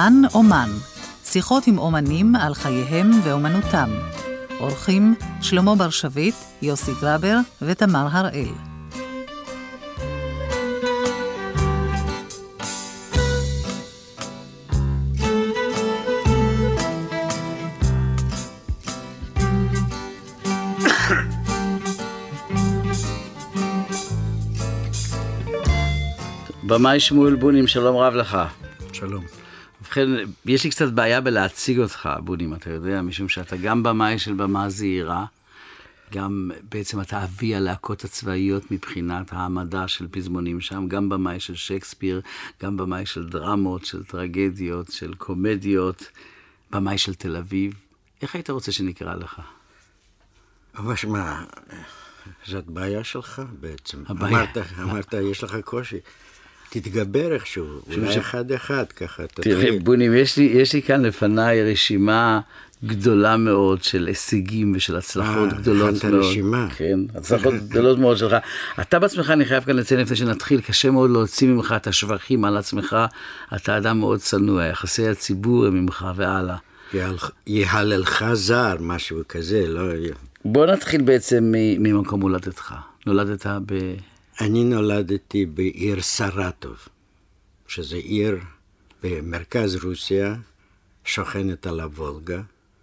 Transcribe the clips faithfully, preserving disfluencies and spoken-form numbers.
זמן אומן, שיחות עם אומנים על חייהם ואומנותם. אורחים שלמה בר שביט, יוסי גרבר ותמר הראל. במאי שמואל בונים, שלום רב לך. שלום. ובכן, יש לי קצת בעיה בלהציג אותך, בונים, אתה יודע, משום שאתה גם במאי של במה זהירה, גם בעצם אתה אבי הלהקות הצבאיות מבחינת העמדה של פזמונים שם, גם במאי של שייקספיר, גם במאי של דרמות, של טרגדיות, של קומדיות, במאי של תל אביב. איך היית רוצה שנקרא לך? ממש מה, זאת בעיה שלך בעצם. הבעיה. אמרת, אמרת, יש לך קושי. תתגבר איכשהו, אולי אחד אחד, ככה. תראה, בונים, יש לי, יש לי כאן לפניי רשימה גדולה מאוד של הישגים ושל הצלחות גדולות מאוד. הכנת רשימה. כן, הצלחות גדולות מאוד שלך. אתה בעצמך, אני חייב כאן לציין לפני שנתחיל, קשה מאוד להוציא ממך את השבחים על עצמך, אתה אדם מאוד צנוע, יחסי הציבור הם ממך והלאה. יהללך זר, משהו כזה, לא... בוא נתחיל בעצם ממקום הולדתך. נולדת ב... אני נולדתי בעיר סרטוב, שזה עיר במרכז רוסיה, שוכנת על הוולגה.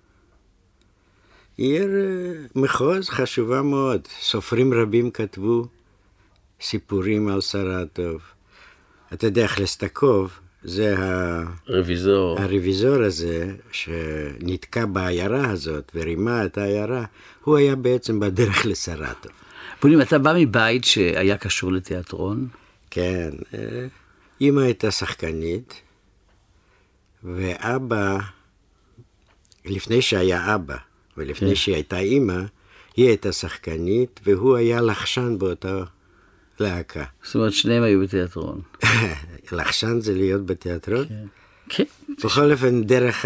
עיר מחוז חשובה מאוד. סופרים רבים כתבו סיפורים על סרטוב. אתה יודע, חלסטקוב, זה הרוויזור. הרוויזור הזה, שנתקע בעיירה הזאת ורימה את העיירה, הוא היה בעצם בדרך לסרטוב. בונים, אתה בא מבית שהיה קשור לתיאטרון? כן, אמא הייתה שחקנית, ואבא, לפני שהיה אבא, ולפני כן. שהיא הייתה אמא, היא הייתה שחקנית, והוא היה לחשן באותה להקה. זאת אומרת, שניהם היו בתיאטרון. לחשן זה להיות בתיאטרון? כן. כן. בכל אופן, דרך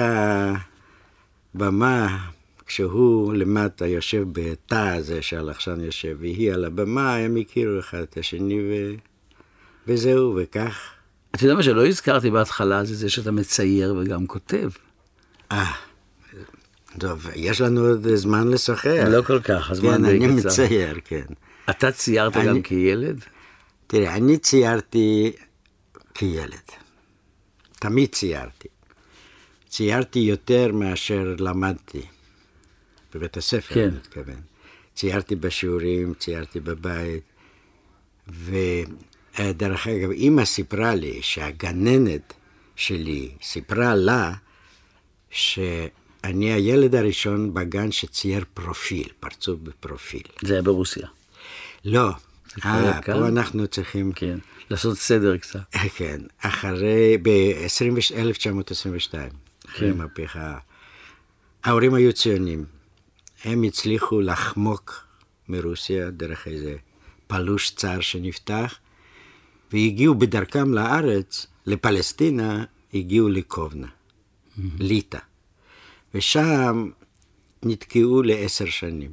הבמה, כשהוא למטה יושב בתא הזה שהלחשן יושב, והיא על הבמה, הם הכירו אחד את השני, ו... וזהו, וכך. אתה יודע מה שלא הזכרתי בהתחלה, זה זה שאתה מצייר וגם כותב. אה, טוב, יש לנו עוד זמן לשוחח. לא כל כך, הזמן כן, די קצר. אני מצייר, כן. אתה ציירת אני... גם כילד? תראה, אני ציירתי כילד. תמיד ציירתי. ציירתי יותר מאשר למדתי. בבית הספר, כן. אני מתכוון. ציירתי בשיעורים, ציירתי בבית, ודרך אגב, אמא סיפרה לי שהגננת שלי סיפרה לה שאני הילד הראשון בגן שצייר פרופיל, פרצוף בפרופיל. זה היה ברוסיה? לא. אה, פה אנחנו צריכים... כן, לעשות סדר קצת. כן, אחרי, ב-אלף תשע מאות עשרים ושתיים, אחרי מהפכה, ההורים היו ציונים. הם הצליחו לחמוק מרוסיה דרך איזה פלוש צר שנפתח, והגיעו בדרכם לארץ, לפלסטינה, הגיעו לקובנה, mm-hmm. ליטא. ושם נתקעו לעשר שנים.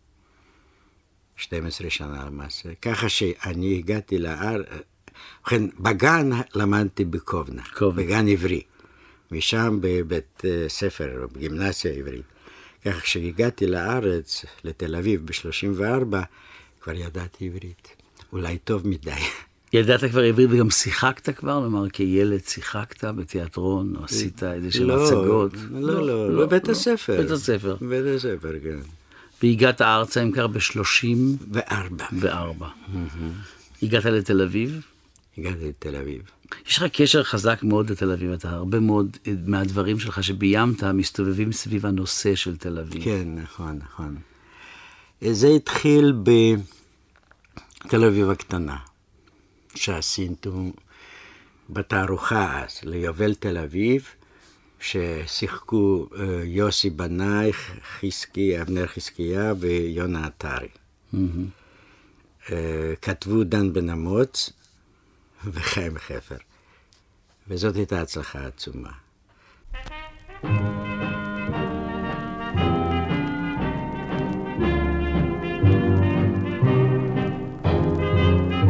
שתים עשרה שנה למעשה. ככה שאני הגעתי לארץ, ובכן, בגן למדתי בקובנה, קובנה. בגן עברי. משם בבית ספר, בגימנסיה עברית. ככה כשהגעתי לארץ, לתל אביב ב-שלושים וארבע, כבר ידעתי עברית. אולי טוב מדי. ידעת כבר עברית וגם שיחקת כבר? כלומר, כילד שיחקת בתיאטרון, או עשית איזה של הצגות? לא, לא, לא, בבית הספר. בבית הספר. בבית הספר, כן. והגעת ארצה, אם כך, ב-שלושים וארבע. וארבע. הגעת לתל אביב? הגעתי לתל אביב. יש לך קשר חזק מאוד לתל אביב, אתה הרבה מאוד מהדברים שלך שביימת מסתובבים סביב הנושא של תל אביב. כן, נכון, נכון. זה התחיל בתל אביב הקטנה, שעשינו בתערוכה אז, ליובל תל אביב, ששיחקו יוסי בנאי, חזקי, אבנר חזקיה ויונה עטרי. Mm-hmm. כתבו דן בן אמוץ, וחיים חפר. וזאת הייתה הצלחה עצומה.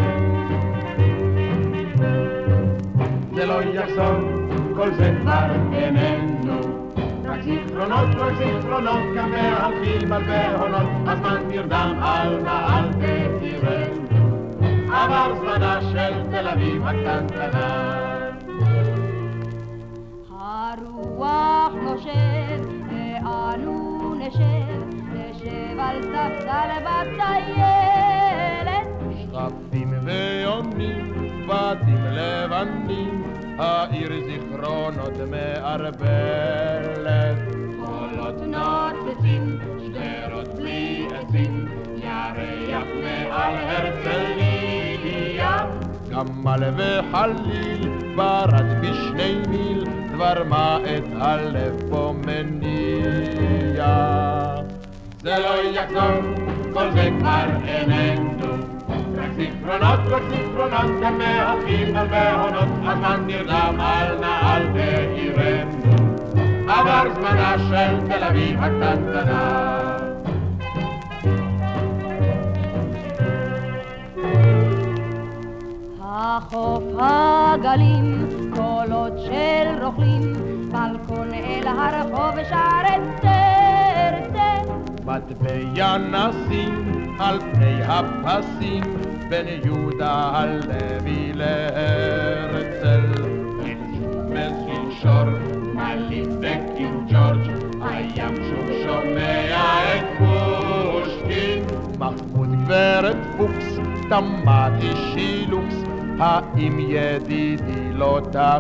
זה לא יחזור, כל זה כבר זיכרונות, רק זיכרונות, גם מהלכים על בהונות, הזמן נרדם על נעל ועירנו, עבר זמנה של תל אביב הקטנטנה. הרוח נושב, ואנו נשב, נשב על ספסל בטיילת. שרפים ויונים, בתים לבנים, העיר זיכרונות מערבלת. חולות נוצצים, שדרות בלי עצים, ירח מעל הרצליה. גמל וחליל, ברד בשני מיל, דבר מה את הלב פה מניע. זה לא יחזור, כל זה כבר איננו, רק זיכרונות, רק זיכרונות, גם מהלכים על בהונות, הזמן נרדם על נעל בעירנו, עבר זמנה של תל אביב הקטנטנה. החוף הגלים, קולות של רוכלים, בלקון אל הרחוב שערי תרצה. מטבע נשים על פני הפסים, בין יהודה הלוי להרצל. מסושור, מליף וקינג ג'ורג', הים שוב שומע את פושקין. מחמוד גברת פוקס, תמד אישי לוקס, האם ידידי לא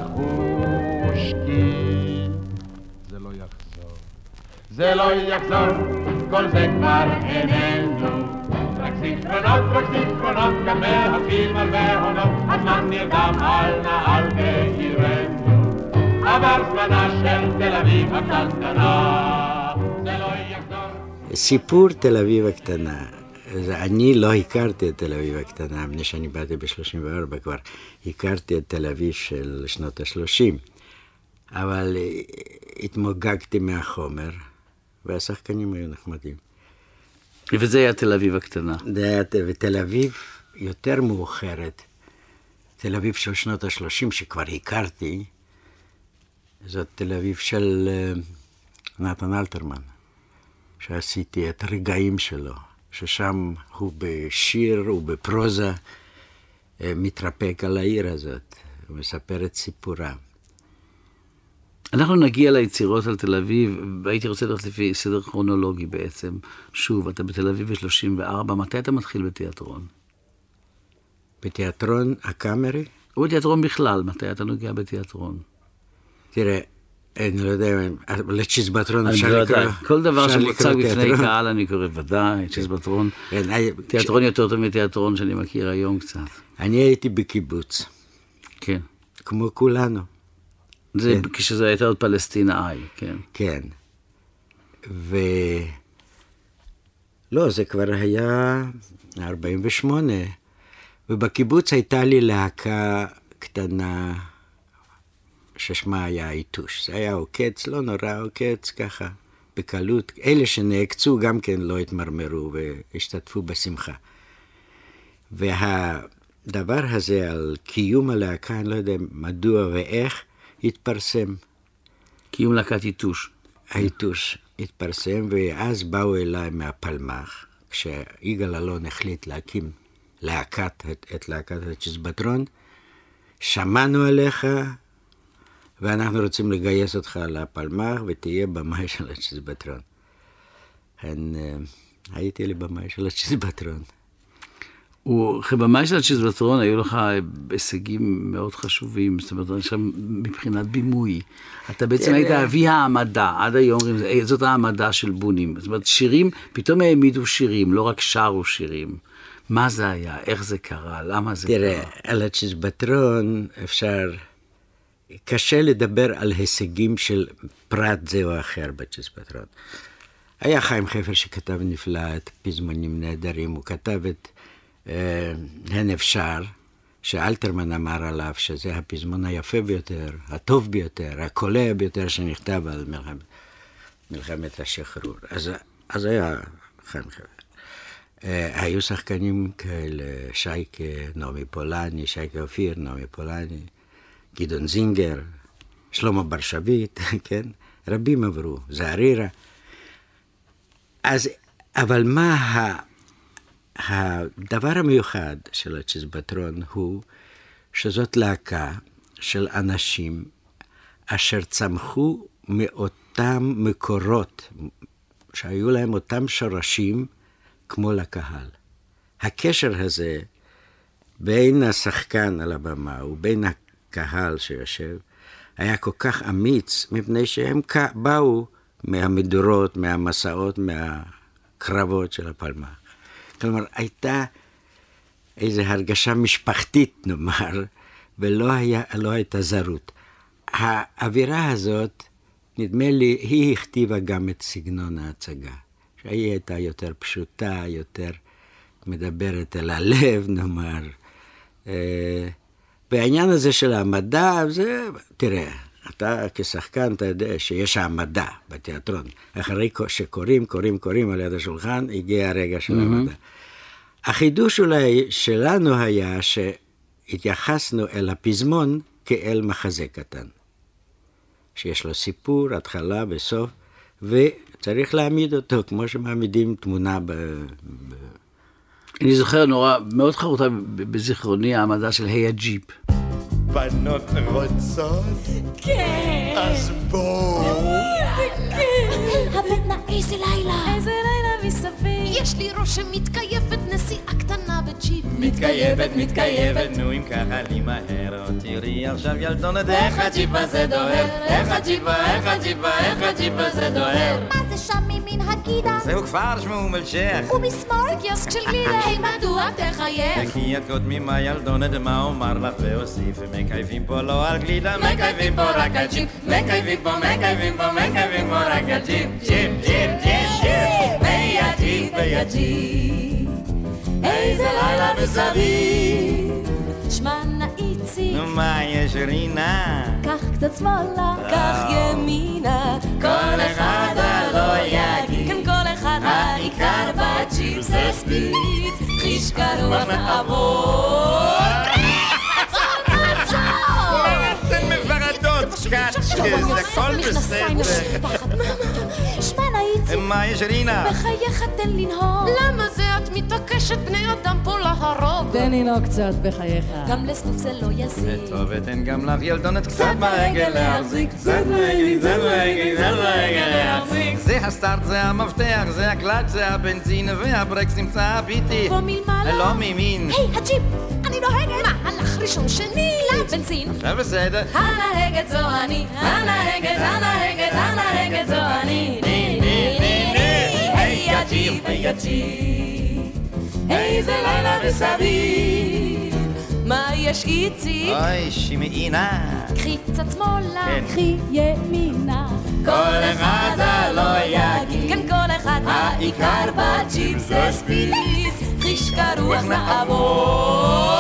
תחוש כי זה לא יחזור, זה לא יחזור, כל זה כבר איננו, רק זיכרונות, רק זיכרונות, גם מהלכים על בהונות, הזמן נרדם על נעל בעירנו, עבר זמנה של תל אביב הקטנטנה, זה לא יחזור. סיפור תל אביב הקטנה. אני לא הכרתי את תל אביב הקטנה, מפני שאני באתי ב-שלושים וארבע כבר, הכרתי את תל אביב של שנות ה-שלושים, אבל התמוגגתי מהחומר, והשחקנים היו נחמדים. וזה היה תל אביב הקטנה. זה היה, ותל אביב יותר מאוחרת, תל אביב של שנות ה-שלושים שכבר הכרתי, זאת תל אביב של נתן אלתרמן, שעשיתי את הרגעים שלו. ששם הוא בשיר ובפרוזה מתרפק על העיר הזאת, הוא מספר את סיפורה. אנחנו נגיע ליצירות על תל אביב, והייתי רוצה ללכת לפי סדר כרונולוגי בעצם. שוב, אתה בתל אביב ב-שלושים וארבע, מתי אתה מתחיל בתיאטרון? בתיאטרון הקאמרי? או בתיאטרון בכלל, מתי אתה נוגע בתיאטרון? תראה, אני לא יודע, לצ'יזבטרון אפשר לקרוא. כל דבר שמוצג בפני קהל אני קורא ודאי, צ'יזבטרון. תיאטרון יותר טוב מתיאטרון שאני מכיר היום קצת. אני הייתי בקיבוץ. כן. כמו כולנו. זה כשזה הייתה עוד פלסטינאי, כן. כן. ו... לא, זה כבר היה ארבעים ושמונה, ובקיבוץ הייתה לי להקה קטנה, ששמה היה איתוש. זה היה עוקץ, לא נורא עוקץ, ככה, בקלות. אלה שנעקצו גם כן לא התמרמרו והשתתפו בשמחה. והדבר הזה על קיום הלהקה, אני לא יודע מדוע ואיך, התפרסם. קיום להקת איתוש. האיתוש התפרסם, ואז באו אליי מהפלמ"ח, כשיגאל אלון החליט להקים להקת, את, את להקת הצ'יזבטרון, שמענו עליך, ואנחנו רוצים לגייס אותך לפלמ"ח, ותהיה במאי של הצ'יזבטרון. הן, הייתי לבמאי של הצ'יזבטרון. ובמאי של הצ'יזבטרון היו לך הישגים מאוד חשובים, זאת אומרת, מבחינת בימוי. אתה בעצם היית אבי העמדה, עד היום זאת העמדה של בונים. זאת אומרת, שירים, פתאום העמידו שירים, לא רק שרו שירים. מה זה היה? איך זה קרה? למה זה קרה? תראה, על הצ'יזבטרון אפשר... קשה לדבר על הישגים של פרט זה או אחר בצ'יזבטרון. היה חיים חפר שכתב נפלא את פזמונים נהדרים, הוא כתב את אה, הן אפשר, שאלתרמן אמר עליו שזה הפזמון היפה ביותר, הטוב ביותר, הקולע ביותר שנכתב על מלחמת, מלחמת השחרור. אז, אז היה חיים חפר. אה, היו שחקנים כאלה, שייקה, נעמי פולני, שייקה אופיר, נעמי פולני, גדעון זינגר, שלמה ברשבית, כן? רבים עברו, זערירה. אז, אבל מה ה, הדבר המיוחד של הצ'יזבטרון הוא שזאת להקה של אנשים אשר צמחו מאותם מקורות, שהיו להם אותם שורשים כמו לקהל. הקשר הזה בין השחקן על הבמה ובין הקהל שיושב, היה כל כך אמיץ, מפני שהם באו מהמדורות, מהמסעות, מהקרבות של הפלמ"ח. כלומר, הייתה איזו הרגשה משפחתית, נאמר, ולא היה, לא הייתה זרות. האווירה הזאת, נדמה לי, היא הכתיבה גם את סגנון ההצגה. שהיא הייתה יותר פשוטה, יותר מדברת אל הלב, נאמר. והעניין הזה של המדע, זה, תראה, אתה כשחקן, אתה יודע שיש המדע בתיאטרון. אחרי שקוראים, קוראים, קוראים על יד השולחן, הגיע הרגע של mm-hmm. המדע. החידוש אולי שלנו היה שהתייחסנו אל הפזמון כאל מחזה קטן. שיש לו סיפור, התחלה וסוף, וצריך להעמיד אותו כמו שמעמידים תמונה ב... ב... אני זוכר נורא, מאוד חרוטה בזיכרוני העמדה של היי הג'יפ. בנות רוצות? כן. אז בואו. הבטנה, איזה לילה. איזה לילה מסביב. יש לי ראש שמתקייפת, נסיעה קטנה בג'יפ. מתקייבת, מתקייבת, נו אם ככה לי מהר. תראי עכשיו ילדונת, איך הג'יפ הזה דוהר. איך הג'יפ, איך הג'יפ, איך הג'יפ הזה דוהר. מה זה שם ממין הגידה? זהו כפר שמו מלשך. ומשמאל? זה קיוסק של גלידה. היי, מדוע תחייך? כי את קודמי מה ילדונת, מה אומר לך ואוסיף. מקייבים פה לא על גלידה, מקייבים פה רק הג'יפ. מקייבים פה, מקייבים פה, מקייבים פה רק הג'יפ. ג'יפ, ג'יפ, ג'יפ, ג'יפ. היי הג'יפ, היי הג'יפ. איזה לילה מסביב. שמע נאיצי. נו מה יש רינה? קח קצת שמאלה, קח ימינה. כל אחד הלא יגיד. כן, כל אחד העיקר בג'יפ זה ספיץ. חיש קרוח נעבור. אתן מברדות, שקט, זה הכל בסדר. שמע נאיצי. מה יש רינה? בחייך תן לנהוג. למה זה את מתעקשת בני אדם פה להרוג? תן לנהוג קצת בחייך. גם לסוף זה לא יזיק. טוב, אתן גם לך ילדונת קצת ברגל להחזיק. קצת ברגל, קצת ברגל, קצת ברגל להחזיק. זה הסטארט, זה המפתח, זה הקלאץ', זה הבנזין והברקס נמצא הביטי. פה מלמעלה. לא מימין. היי, הג'יפ, אני נוהגת. מה, הלך ראשון שני? בנזין. עכשיו בסדר. הנהגת זו אני, הנהגת, הנהגת, הנהגת זו אני. ני, ני, ני, ני. היי הג'יפ, היי הג'יפ. איזה לילה מסביב. מה יש איציק? אוי, שמעינה. קחי קצת שמאלה. כן. קחי ימינה. כל אחד הלא יגיד. כן, כל אחד העיקר בג'יפ זה ספיץ. חיש קרוח נעבור.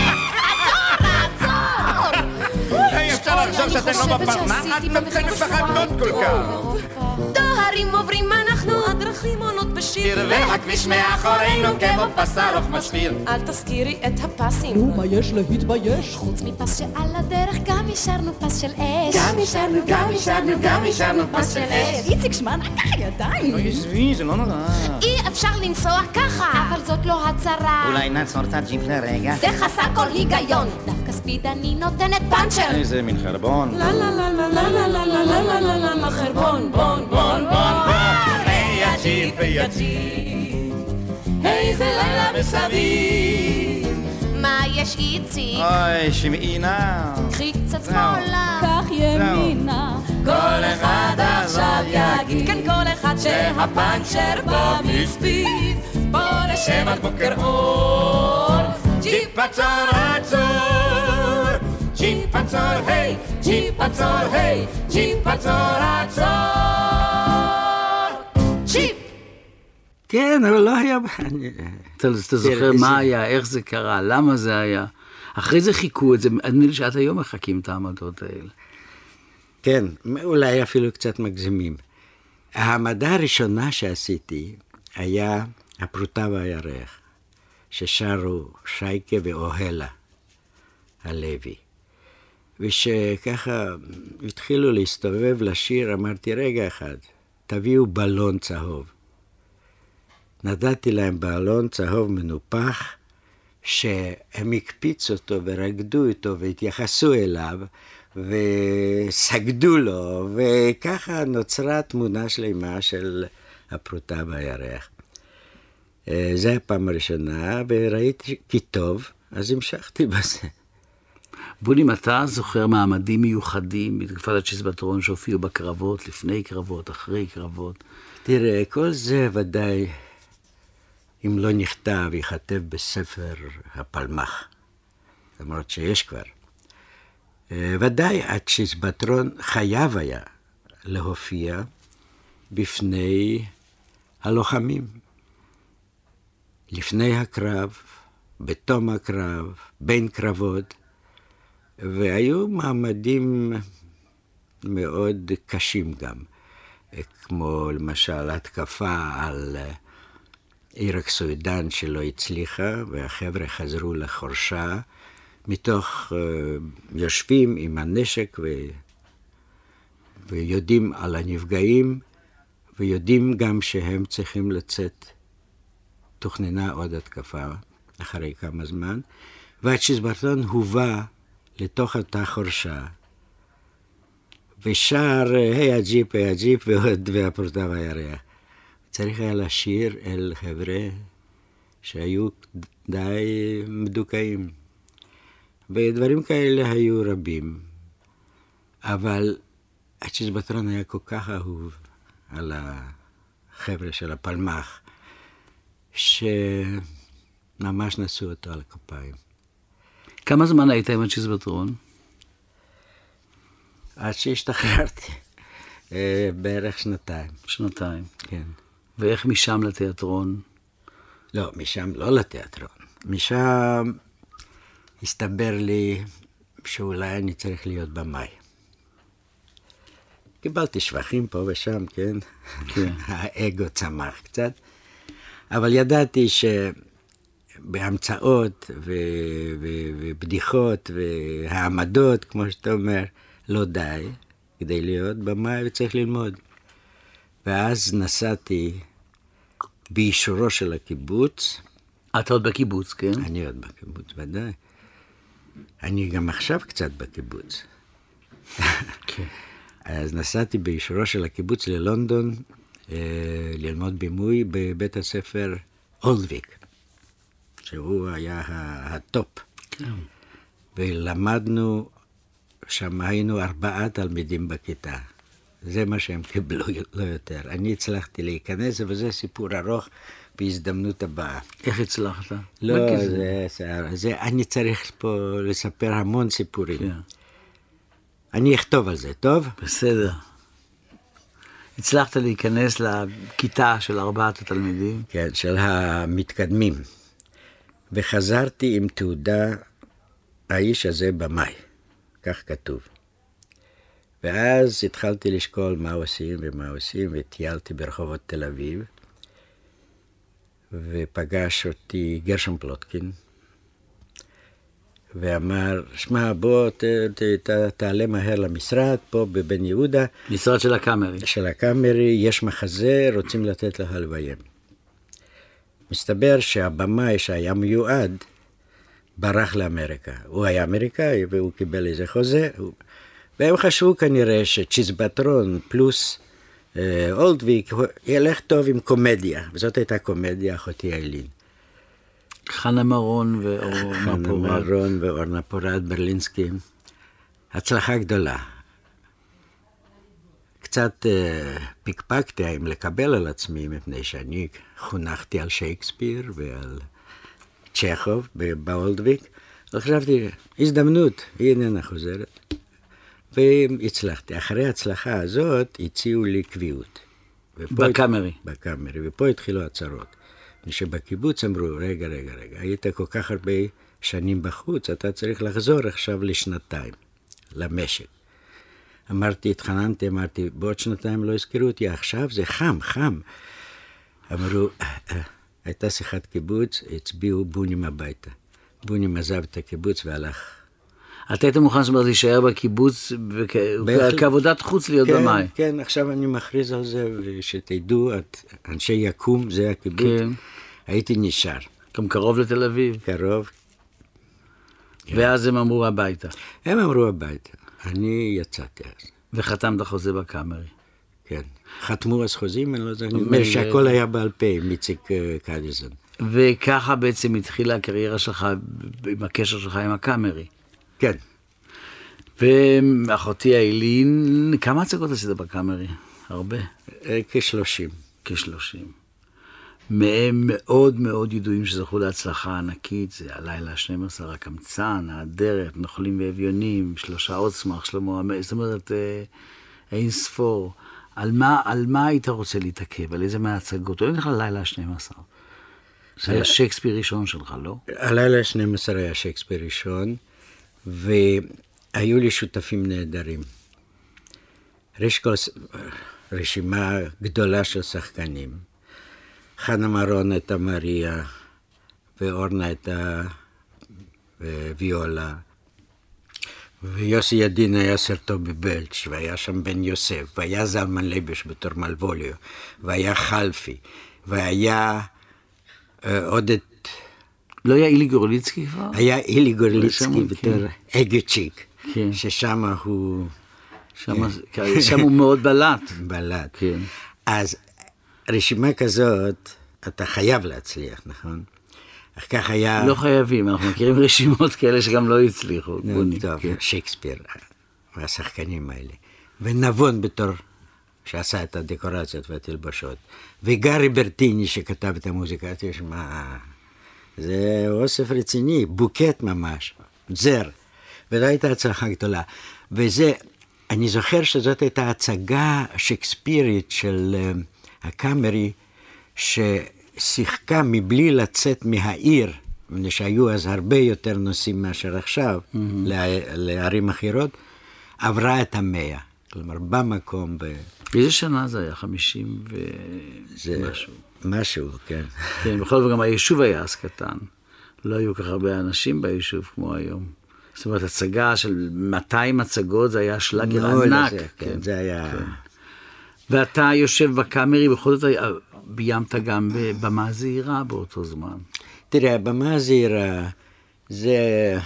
אפשר לחשוב שאתן לא בפרמה, את נותן מפחדות כל כך. דוהרים עוברים אנחנו, הדרכים עונות בשיר. קרבי הכביש מאחורינו כמו פס ארוך משחיר. אל תזכירי את הפסים. נו, מה יש להתבייש? חוץ מפס שעל הדרך גם השארנו פס של אש. גם השארנו, גם השארנו, גם השארנו פס של אש. איציק שמע, נקח ידיים. אוי, עזבי, זה לא נורא. אי אפשר לנסוע ככה, אבל זאת לא הצרה. אולי נעצור את הג'יפ לרגע. זה חסר כל היגיון. דווקא ספיד אני נותנת פאנצ'ר. איזה מין חרבון. לה לה לה לה לה לה לה לה לה לה לה לה חרבון בון בון בון היי הג'יפ, היי הג'יפ. איזה לילה מסביב. מה יש איציק? אוי, שמעינה. קחי קצת שמאלה. קח ימינה. כל אחד עכשיו יגיד. כן, כל אחד שהפאנצ'ר במספיץ. בוא לשם עד בוקר אור. ג'יפ עצור, עצור. ג'יפ עצור, היי. ג'יפ עצור, היי. ג'יפ עצור, עצור. ג'יפ. כן, אבל לא היה... אתה זוכר מה היה, איך זה קרה, למה זה היה. אחרי זה חיכו את זה, נדמה לי שעד היום מחכים את העמדות האלה. כן, אולי אפילו קצת מגזימים. העמדה הראשונה שעשיתי היה הפרוטה והירח, ששרו שייקה ואוהלה הלוי. ושככה התחילו להסתובב לשיר, אמרתי, רגע אחד, תביאו בלון צהוב. נתתי להם בלון צהוב מנופח, שהם הקפיצו אותו ורקדו איתו והתייחסו אליו, וסגדו לו, וככה נוצרה תמונה שלמה של הפרוטה בירח. זה הפעם הראשונה, וראיתי כי טוב, אז המשכתי בזה. בונים, אתה זוכר מעמדים מיוחדים בתקופת הצ'יזבטרון שהופיעו בקרבות, לפני קרבות, אחרי קרבות? תראה, כל זה ודאי, אם לא נכתב, ייכתב בספר הפלמ"ח, למרות שיש כבר. ודאי, הצ'יזבטרון חייב היה להופיע בפני הלוחמים. לפני הקרב, בתום הקרב, בין קרבות, והיו מעמדים מאוד קשים גם, כמו למשל התקפה על עיראק סודן שלא הצליחה, והחבר'ה חזרו לחורשה, מתוך uh, יושבים עם הנשק ו... ויודעים על הנפגעים, ויודעים גם שהם צריכים לצאת. תוכננה עוד התקפה אחרי כמה זמן, והצ'יזבטרון הובא לתוך אותה חורשה, ושר, היי הג'יפ, היי הג'יפ, ועוד והפרוטה בירח. צריך היה לשיר אל חבר'ה שהיו די מדוכאים. ודברים כאלה היו רבים, אבל הצ'יזבטרון היה כל כך אהוב על החבר'ה של הפלמ"ח, שממש נשאו אותו על הכפיים. כמה זמן היית עם הצ'יזבטרון? עד שהשתחררתי, בערך שנתיים. שנתיים. כן. ואיך משם לתיאטרון? לא, משם לא לתיאטרון. משם הסתבר לי שאולי אני צריך להיות במאי. קיבלתי שבחים פה ושם, כן? כן. האגו צמח קצת. אבל ידעתי שבהמצאות ו- ו- ובדיחות והעמדות, כמו שאתה אומר, לא די כדי להיות במאי וצריך ללמוד. ואז נסעתי באישורו של הקיבוץ. אתה עוד בקיבוץ, כן? אני עוד בקיבוץ, ודאי. אני גם עכשיו קצת בקיבוץ. כן. אז נסעתי באישורו של הקיבוץ ללונדון, ללמוד בימוי בבית הספר אולדוויק, שהוא היה הטופ. כן. ולמדנו, שם היינו ארבעה תלמידים בכיתה. זה מה שהם קיבלו, לא יותר. אני הצלחתי להיכנס, וזה סיפור ארוך בהזדמנות הבאה. איך הצלחת? לא, זה, זה, זה, אני צריך פה לספר המון סיפורים. כן. אני אכתוב על זה, טוב? בסדר. הצלחת להיכנס לכיתה של ארבעת התלמידים? כן, של המתקדמים. וחזרתי עם תעודה, האיש הזה במאי, כך כתוב. ואז התחלתי לשקול מה עושים ומה עושים, וטיילתי ברחובות תל אביב, ופגש אותי גרשון פלוטקין, ואמר, שמע, בוא ת, ת, ת, תעלה מהר למשרד, פה בבן יהודה. משרד של הקאמרי. של הקאמרי, יש מחזה, רוצים לתת לך לביים. מסתבר שהבמאי שהיה מיועד, ברח לאמריקה. הוא היה אמריקאי, והוא קיבל איזה חוזה, והם חשבו כנראה שצ'יזבטרון פלוס אה, אולדוויק ילך טוב עם קומדיה, וזאת הייתה קומדיה, אחותי איילין. חנה מרון ואורנה פורת. חנה מרון ואורנה פורת, ברלינסקי. הצלחה גדולה. קצת uh, פיקפקתי האם לקבל על עצמי, מפני שאני חונכתי על שייקספיר ועל צ'כוב באולדוויק. חשבתי, הזדמנות, היא איננה חוזרת. והצלחתי. אחרי ההצלחה הזאת הציעו לי קביעות. בקאמרי. בקאמרי, ופה התחילו הצרות. שבקיבוץ אמרו, רגע, רגע, רגע, היית כל כך הרבה שנים בחוץ, אתה צריך לחזור עכשיו לשנתיים, למשק. אמרתי, התחננתי, אמרתי, בעוד שנתיים לא הזכירו אותי, עכשיו זה חם, חם. אמרו, הייתה שיחת קיבוץ, הצביעו בונים הביתה. בונים עזב את הקיבוץ והלך. אתה היית מוכן זאת אומרת להישאר בקיבוץ, כעבודת חוץ להיות במאי. כן, עכשיו אני מכריז על זה, ושתדעו, אנשי יקום, זה הקיבוץ, הייתי נשאר. גם קרוב לתל אביב. קרוב. ואז הם אמרו הביתה. הם אמרו הביתה. אני יצאתי אז. וחתמת חוזה בקאמרי. כן. חתמו אז חוזים, אני לא יודע, אני אומר שהכל היה בעל פה, עם איציק קדיזון. וככה בעצם התחילה הקריירה שלך, עם הקשר שלך עם הקאמרי. כן. ואחותי איילין, כמה הצגות עשית בקאמרי? הרבה. כשלושים. כשלושים. מהם מאוד מאוד ידועים שזכו להצלחה ענקית, זה הלילה ה-שנים עשר, הקמצן, האדרת, נוכלים ואביונים, שלושה עוצמח, שלמה, זאת אומרת, אין ספור. על מה, על מה היית רוצה להתעכב? על איזה מההצגות? או אין לך לילה ה-שנים עשר? זה היה שייקספיר ראשון שלך, לא? הלילה ה-שנים עשר היה שייקספיר ראשון, והיו לי שותפים נהדרים. רשקול, רשימה גדולה של שחקנים. חנה מרון את המריה, ואורנה את הוויולה, ויוסי ידין היה סרטו בבלץ', והיה שם בן יוסף, והיה זלמן ליבש בתור מלווליו, והיה חלפי, והיה אה, עוד את... לא היה אילי גורליצקי כבר? היה אילי גורליצקי בתור כן. אגצ'יק, כן. ששם הוא... שם, כן. שם הוא מאוד בלט. בלט. כן. אז רשימה כזאת, אתה חייב להצליח, נכון? אך כך היה... לא חייבים, אנחנו מכירים רשימות כאלה שגם לא הצליחו. טוב, שייקספיר, והשחקנים האלה. ונבון בתור שעשה את הדקורציות והתלבשות. וגרי ברטיני שכתב את המוזיקה, תשמע, זה אוסף רציני, בוקט ממש, זר. וזו הייתה הצלחה גדולה. וזה, אני זוכר שזאת הייתה הצגה שייקספירית של הקאמרי, ששיחקה מבלי לצאת מהעיר, שהיו אז הרבה יותר נושאים מאשר עכשיו, mm-hmm. לערים אחרות, עברה את המאה. כלומר, במקום... ב... באיזה שנה זה היה? חמישים ומשהו? משהו, כן. כן, בכל זאת גם היישוב היה אז קטן. לא היו כך הרבה אנשים ביישוב כמו היום. זאת אומרת, הצגה של מאתיים הצגות, זה היה שלגר ענק. זה, כן, כן, זה היה... כן. ואתה יושב בקאמרי, בכל זאת ביימת גם בבמה זעירה באותו זמן. תראה, הבמה זעירה, זה...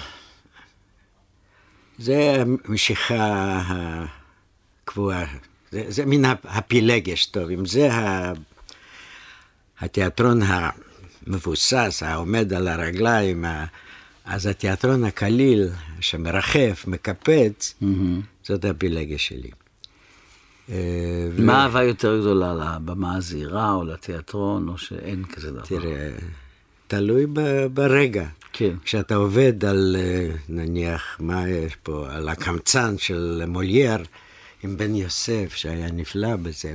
זה המשיכה הקבועה. זה, זה מן הפילגש טוב. אם זה ה... התיאטרון המבוסס, העומד על הרגליים, אז התיאטרון הקליל שמרחף, מקפץ, mm-hmm. זאת הפילגש שלי. מה אהבה יותר גדולה, לבמה הזעירה או לתיאטרון, או שאין כזה דבר? תראה, תלוי ברגע. כן. כשאתה עובד על, נניח, מה יש פה, על הקמצן של מולייר, עם בן יוסף, שהיה נפלא בזה,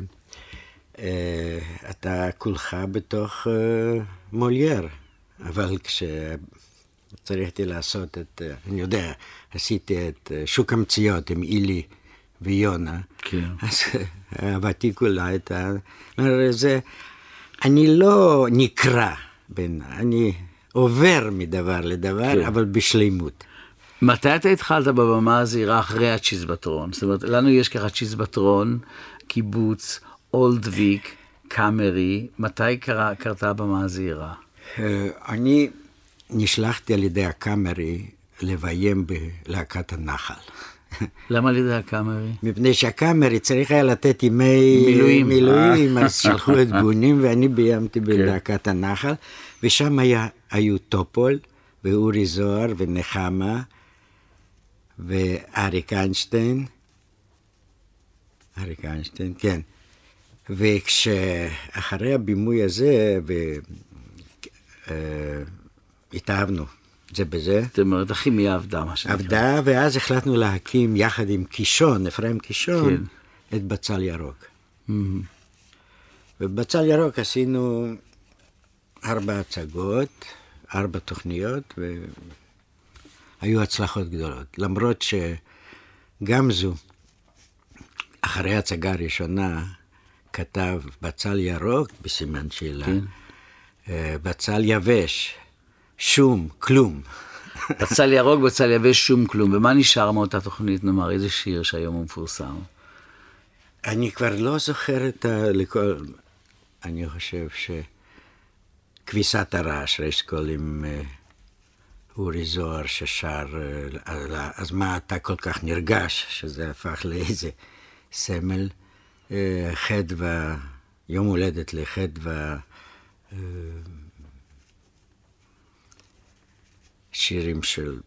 אתה כולך בתוך מולייר. אבל כשצריכתי לעשות את, אני יודע, עשיתי את שוק המציאות עם אילי, ויונה, כן. אז עבדתי כולה את ה... זה, אני לא נקרא, בין, אני עובר מדבר לדבר, כן. אבל בשלימות. מתי אתה התחלת בבמה הזעירה אחרי הצ'יזבטרון? זאת אומרת, לנו יש ככה צ'יזבטרון, קיבוץ, אולדוויק, קאמרי, מתי קרה, קרתה הבמה הזעירה? אני נשלחתי על ידי הקאמרי לביים בלהקת הנחל. למה לידי הקאמרי? מפני שהקאמרי צריך היה לתת ימי מילואים, מילואים אז שלחו את בונים, ואני ביימתי בלהקת הנחל, ושם היה, היו טופול, ואורי זוהר, ונחמה, ואריק איינשטיין, אריק איינשטיין, כן. וכשאחרי הבימוי הזה, התאהבנו. זה בזה. זאת אומרת, הכימיה עבדה, מה שנקרא. עבדה, ואז החלטנו להקים יחד עם קישון, אפרים קישון, כן. את בצל ירוק. Mm-hmm. ובצל ירוק עשינו ארבע הצגות, ארבע תוכניות, והיו הצלחות גדולות. למרות שגמזו, אחרי ההצגה הראשונה, כתב בצל ירוק, בסימן שאלה, כן. בצל יבש, שום, כלום. בצל ירוק, בצל יבש, שום כלום. ומה נשאר מאותה תוכנית, נאמר, איזה שיר שהיום הוא מפורסם? אני כבר לא זוכר את ה... לכל... אני חושב ש... כביסת הרעש, רשקול עם אורי זוהר ששר, אז מה אתה כל כך נרגש, שזה הפך לאיזה סמל. חדווה, יום הולדת לחדווה, שירים של...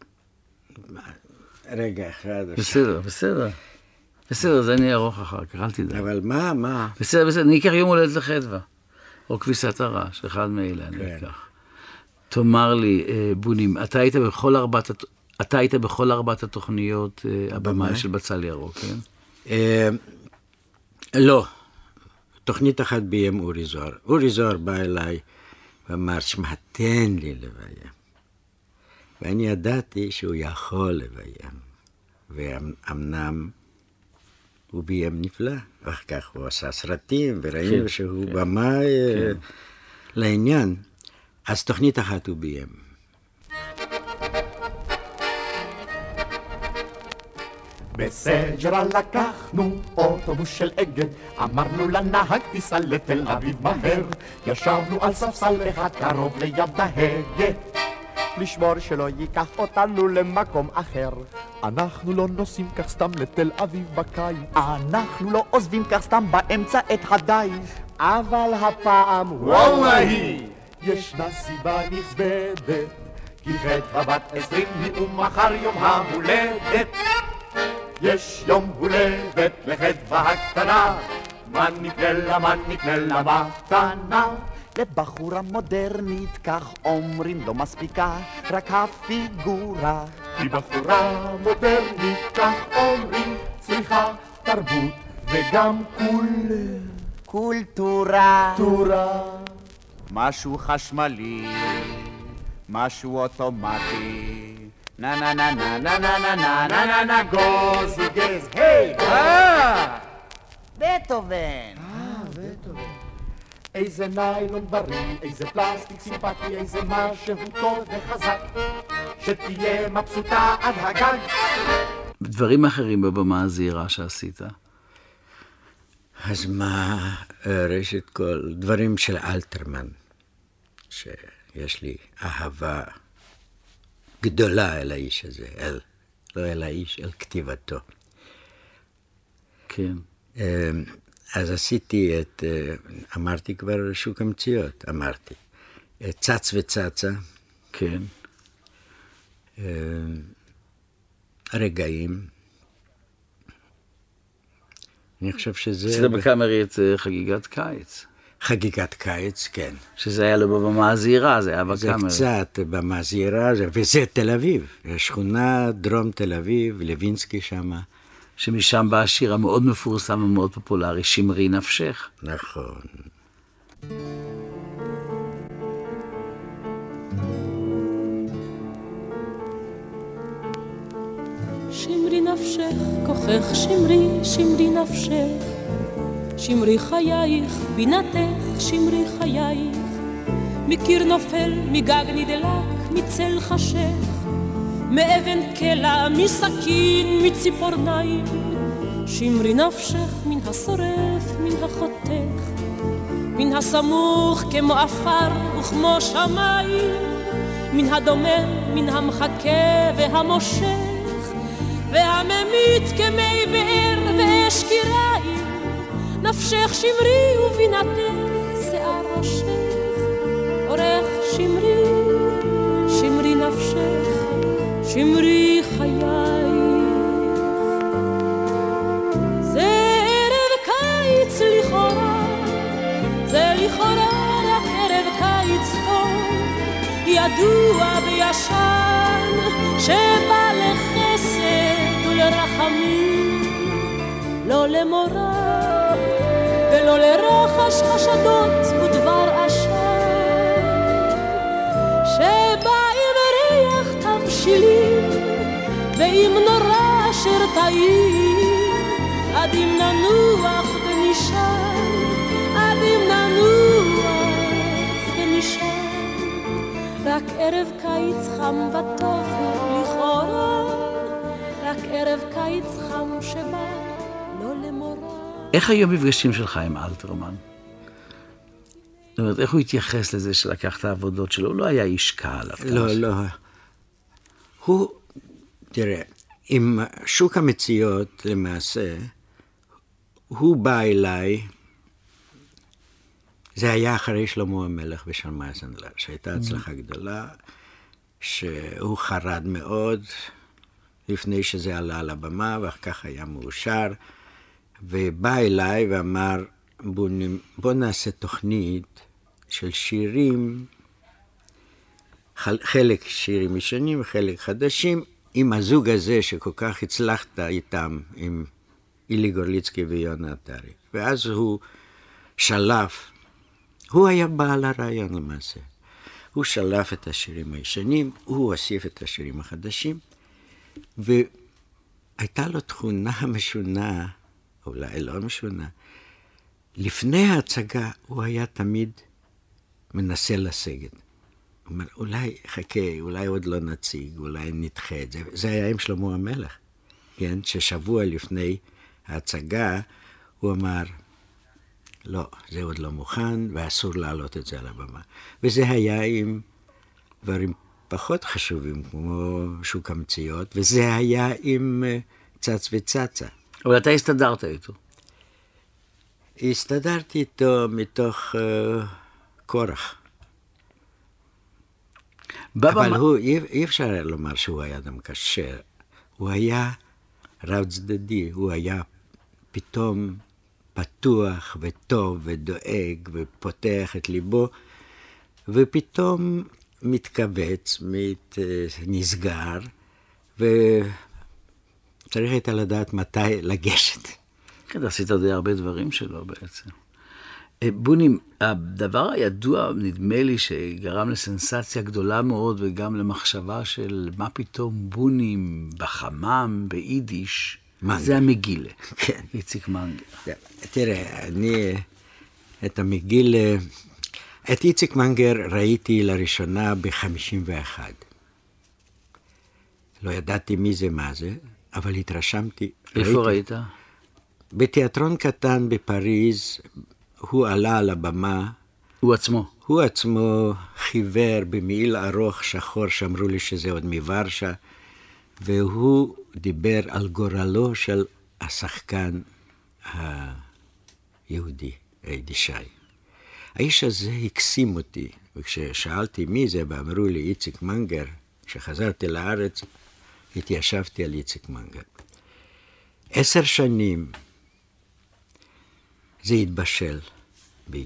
רגע אחד. בסדר, בסדר. בסדר, זה אני ארוך אחר כך, אל תדע. אבל מה, מה? בסדר, בסדר, אני אקח יום הולדת לחדווה. או כביסת הרעש, אחד מאלה, אני אקח. תאמר לי, בונים, אתה היית בכל ארבעת, אתה היית בכל ארבעת התוכניות הבמה של בצל ירוק, כן? לא. תוכנית אחת ביים אורי זוהר. אורי זוהר בא אליי ואמר, שמע, תן לי לביים. ואני ידעתי שהוא יכול לביים. ואמנם הוא ביים נפלא. ואחר כך הוא עשה סרטים, וראינו שהוא במה לעניין. אז תוכנית אחת הוא ביים. בסג'רה לקחנו אוטובוס של אגד, אמרנו לנהג תיסע לתל אביב מהר, ישבנו על ספסל אחד קרוב ליד ההגה, לשמור שלא ייקח אותנו למקום אחר. אנחנו לא נוסעים כך סתם לתל אביב בקיץ, אנחנו לא עוזבים כך סתם באמצע את הדיג, אבל הפעם וואללה ישנה סיבה נכבדת, כי חדווה בת עשרים היא ומחר יום ההולדת. יש יום הולדת לחדווה הקטנה, מה נקנה לה, מה נקנה לה מתנה? לבחורה מודרנית, כך אומרים, לא מספיקה רק הפיגורה. היא בחורה מודרנית, כך אומרים, צריכה תרבות וגם קול... קולטורה. טורה. משהו חשמלי, משהו אוטומטי. na na na na na na na na na na na גוז וגז, היי! אה! בטהובן! אה, בטהובן. איזה ניילון בריא, איזה פלסטיק סימפטי, איזה משהו טוב וחזק, שתהיה מבסוטה עד הגג. דברים אחרים בבמה הזהירה שעשית? אז מה, ראשית כל, דברים של אלתרמן, שיש לי אהבה גדולה אל האיש הזה, אל, לא אל האיש, אל כתיבתו. כן. אז עשיתי את, אמרתי כבר שוק המציאות, אמרתי. צץ וצצה. כן. רגעים. אני חושב שזה... עשית בקאמרי את חגיגת קיץ. חגיגת קיץ, כן. שזה היה לו בבמה הזהירה, זה היה בקאמרי. זה קצת בבמה הזהירה, וזה תל אביב. שכונה דרום תל אביב, לוינסקי שמה. שמשם בא השיר המאוד מפורסם ומאוד פופולרי, שמרי נפשך. נכון. שמרי נפשך, כוחך שמרי, שמרי נפשך, שמרי חייך, בינתך, שמרי חייך, מקיר נופל, מגג נדלק, מצל חשך, מאבן קלה, מסכין, מציפורניים, שמרי נפשך, מן השורף, מן החותך, מן הסמוך כמו אפר וכמו שמיים, מן הדומם, מן המחכה והמושך, והממית כמי באר ואש קיריים, נפשך שמרי ובינתך שיער ראשך, אורך שמרי, שמרי נפשך, שמרי חייך. זה ערב קיץ לכאורה, זה לכאורה רק ערב קיץ טוב, ידוע וישן שבא לחסד ולרחמים, לא למורא ולא לרחש חשדות ודבר עשן, שבא עם ריח תבשילים ועם נורא אשר טעים, עד אם ננוח ונשן, עד אם ננוח ונשן, רק ערב קיץ חם וטוב ערב קיץ חם שבא, לא למורה. איך היו המפגשים שלך עם אלתרמן? זאת אומרת, איך הוא התייחס לזה שלקח את העבודות שלו? הוא לא היה איש קהל. לא, לא. הוא, תראה, עם שוק המציאות, למעשה, הוא בא אליי, זה היה אחרי שלמה המלך ושלמה הסנדלר, שהייתה הצלחה גדולה, שהוא חרד מאוד, לפני שזה עלה על הבמה, ואחר כך היה מאושר, ובא אליי ואמר, בוא, בוא נעשה תוכנית של שירים, חלק שירים ישנים וחלק חדשים, עם הזוג הזה שכל כך הצלחת איתם, עם אילי גורליצקי ויונה עטרי. ואז הוא שלף, הוא היה בעל הרעיון למעשה. הוא שלף את השירים הישנים, הוא הוסיף את השירים החדשים, והייתה לו תכונה משונה, אולי לא משונה. לפני ההצגה הוא היה תמיד מנסה לסגת. הוא אומר, אולי חכה, אולי עוד לא נציג, אולי נדחה את זה. זה היה עם שלמה המלך, כן? ששבוע לפני ההצגה הוא אמר, לא, זה עוד לא מוכן, ואסור להעלות את זה על הבמה. וזה היה עם דברים פחות חשובים, כמו שוק המציאות, וזה היה עם צץ וצצה. אבל אתה הסתדרת איתו. הסתדרתי איתו מתוך uh, כורח. אבל מה... הוא, אי, אי אפשר לומר שהוא היה אדם קשה. הוא היה רב צדדי, הוא היה פתאום פתוח וטוב ודואג ופותח את ליבו, ופתאום מתכווץ, מת, נסגר, וצריך הייתה לדעת מתי לגשת. כן, עשית די הרבה דברים שלו בעצם. בוני, הדבר הידוע, נדמה לי, שגרם לסנסציה גדולה מאוד, וגם למחשבה של מה פתאום בונים בחמם, ביידיש, מנגר. זה המגילה. כן. איציק מנגר. תראה, אני את המגילה, את איציק מנגר ראיתי לראשונה ב-חמישים ואחת. לא ידעתי מי זה, מה זה, אבל התרשמתי. איפה ראית? בתיאטרון קטן בפריז, הוא עלה על הבמה. הוא עצמו? הוא עצמו חיוור במעיל ארוך שחור, שאמרו לי שזה עוד מוורשה, והוא דיבר על גורלו של השחקן היהודי, היידישאי. האיש הזה הקסים אותי, וכששאלתי מי זה, ואמרו לי איציק מנגר, כשחזרתי לארץ, התיישבתי על איציק מנגר. עשר שנים זה התבשל בי.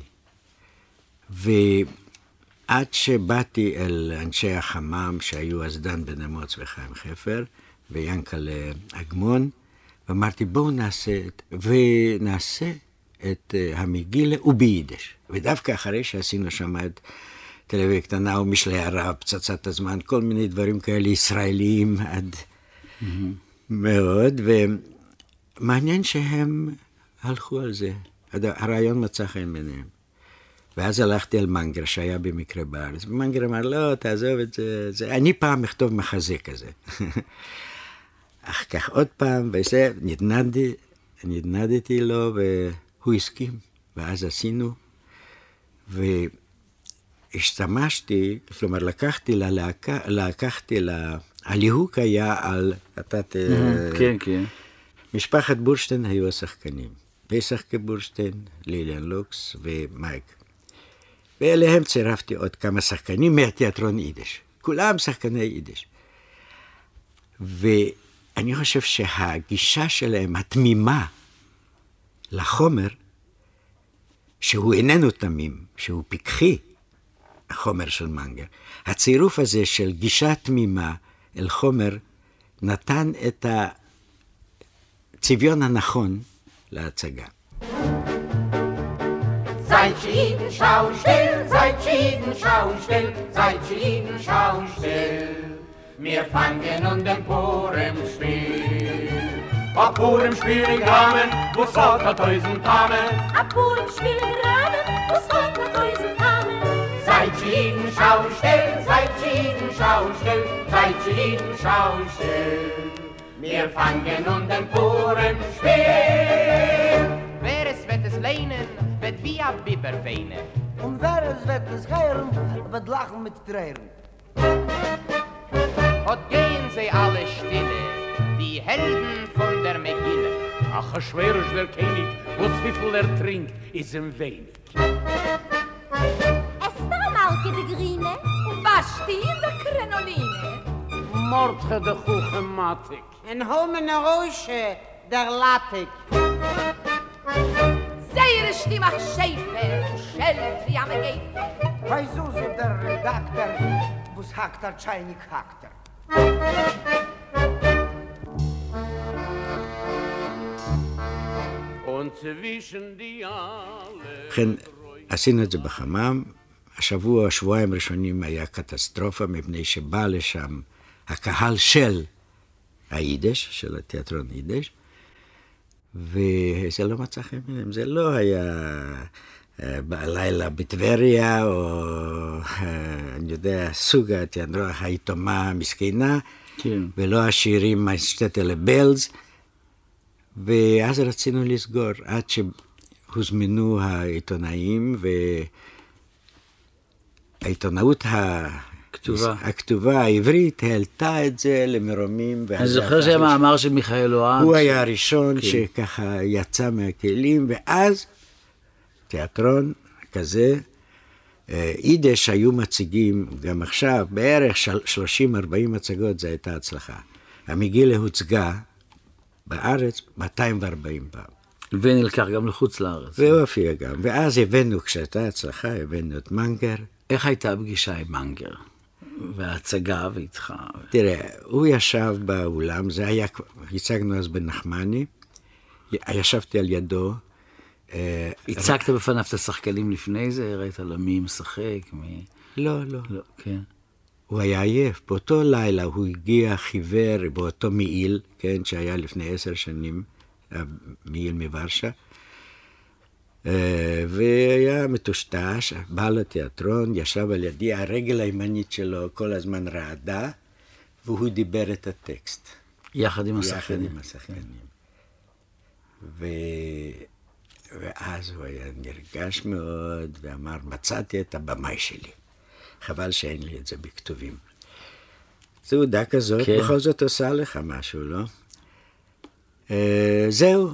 ועד שבאתי אל אנשי החמם, שהיו אז דן בן אמוץ וחיים חפר, ויאנקל אגמון, ואמרתי, בואו נעשה, ונעשה את המגילה וביידיש. ודווקא אחרי שעשינו שם את תל אביב קטנה ומשלי הרב, פצצת הזמן, כל מיני דברים כאלה ישראליים עד mm-hmm. מאוד, ומעניין שהם הלכו על זה. הרעיון מצא חן ביניהם. ואז הלכתי על מנגר שהיה במקרה בארץ, ומנגר אמר, לא, תעזוב את זה, זה. אני פעם מכתוב מחזה כזה. אך כך עוד פעם, וזה, נדנדתי, נדנדתי לו, והוא הסכים, ואז עשינו, והשתמשתי, כלומר, לקחתי ללהקה, לקחתי לה, הליהוק היה על, תת, כן, כן. משפחת בורשטיין היו השחקנים. פסח כבורשטיין, ליליאן לוקס ומייק. ואליהם צירפתי עוד כמה שחקנים מהתיאטרון יידיש. כולם שחקני יידיש. ואני חושב שהגישה שלהם, התמימה לחומר, שהוא איננו תמים, שהוא פיקחי, החומר של מנגר. הצירוף הזה של גישה תמימה אל חומר, נתן את הצביון הנכון להצגה. Seid schieden, schau still, seid schieden, schau still, seid schieden, schau still. Wir fangen an dem Purim-Spiel. A Purim-Spiel in Gramen, wo es hat a tausend Tamen. A Purim-Spiel in Gramen, wo es hat a tausend Tamen. Seid schieden, schau still, seid schieden, schau still, seid schieden, schau still. Wir fangen nun den Purenspiel. Wer es wird es lehnen, wird wie a Biber weinen. Und wer es wird es geiren, wird lachen mit Tränen. Und gehen sie alle stille, die Helden von der Megille. Ach, schwer ist der König, was wieviel er trinkt, ist ihm wenig. Esther Malke de Grine und Vashti in der Krenoline. Mordge de Chuchematik. En Holmene Roosje der Latik. Seire Stimmach Schäfer, Schelt wie am Gefer. Bei Susi der Redakter, wo's hakt der Tscheinig hakt er. Und zwischen die alle... כן, עשינו את זה בחמם. השבוע, השבועיים ראשונים היה קטסטרופה, מפני שבא לשם הקהל של היידיש, של התיאטרון יידיש, וזה לא מצא חן בעיניהם. זה לא היה בלילה בטבריה, או אני יודע, סוג התיאטרון, היתומה המסכנה, כן. ולא השירים מהשטטלה בלז, ואז רצינו לסגור, עד שהוזמנו העיתונאים, והעיתונאות הכתובה, הכתובה העברית העלתה את זה למרומים. אני זוכר שהיה מאמר של מיכאל אוהב. הוא היה הראשון שככה יצא מהכלים, ואז תיאטרון כזה, יידיש היו מציגים גם עכשיו, בערך שלושים ארבעים מצגות, זה הייתה הצלחה. המגילה הוצגה בארץ מאתיים וארבעים פעם. ונלקח גם לחוץ לארץ. והופיע גם. ואז הבאנו, כשהייתה הצלחה, הבאנו את מנגר. איך הייתה הפגישה עם מנגר? וההצגה ואיתך? תראה, הוא ישב באולם, זה היה, הצגנו אז בנחמני, ישבתי על ידו. הצגת בפניו את השחקנים לפני זה? הראית לו מי משחק? מי... לא, לא. לא, כן. הוא היה עייף. באותו לילה הוא הגיע חיוור באותו מעיל, כן, שהיה לפני עשר שנים, מעיל מוורשה, והיה מטושטש, בא לתיאטרון, ישב על ידי, הרגל הימנית שלו כל הזמן רעדה, והוא דיבר את הטקסט. יחד עם השחקנים. יחד עם השחקנים. ו... ואז הוא היה נרגש מאוד, ואמר, מצאתי את הבמאי שלי. חבל שאין לי את זה בכתובים. תעודה כזאת, כן. בכל זאת עושה לך משהו, לא? אה, זהו.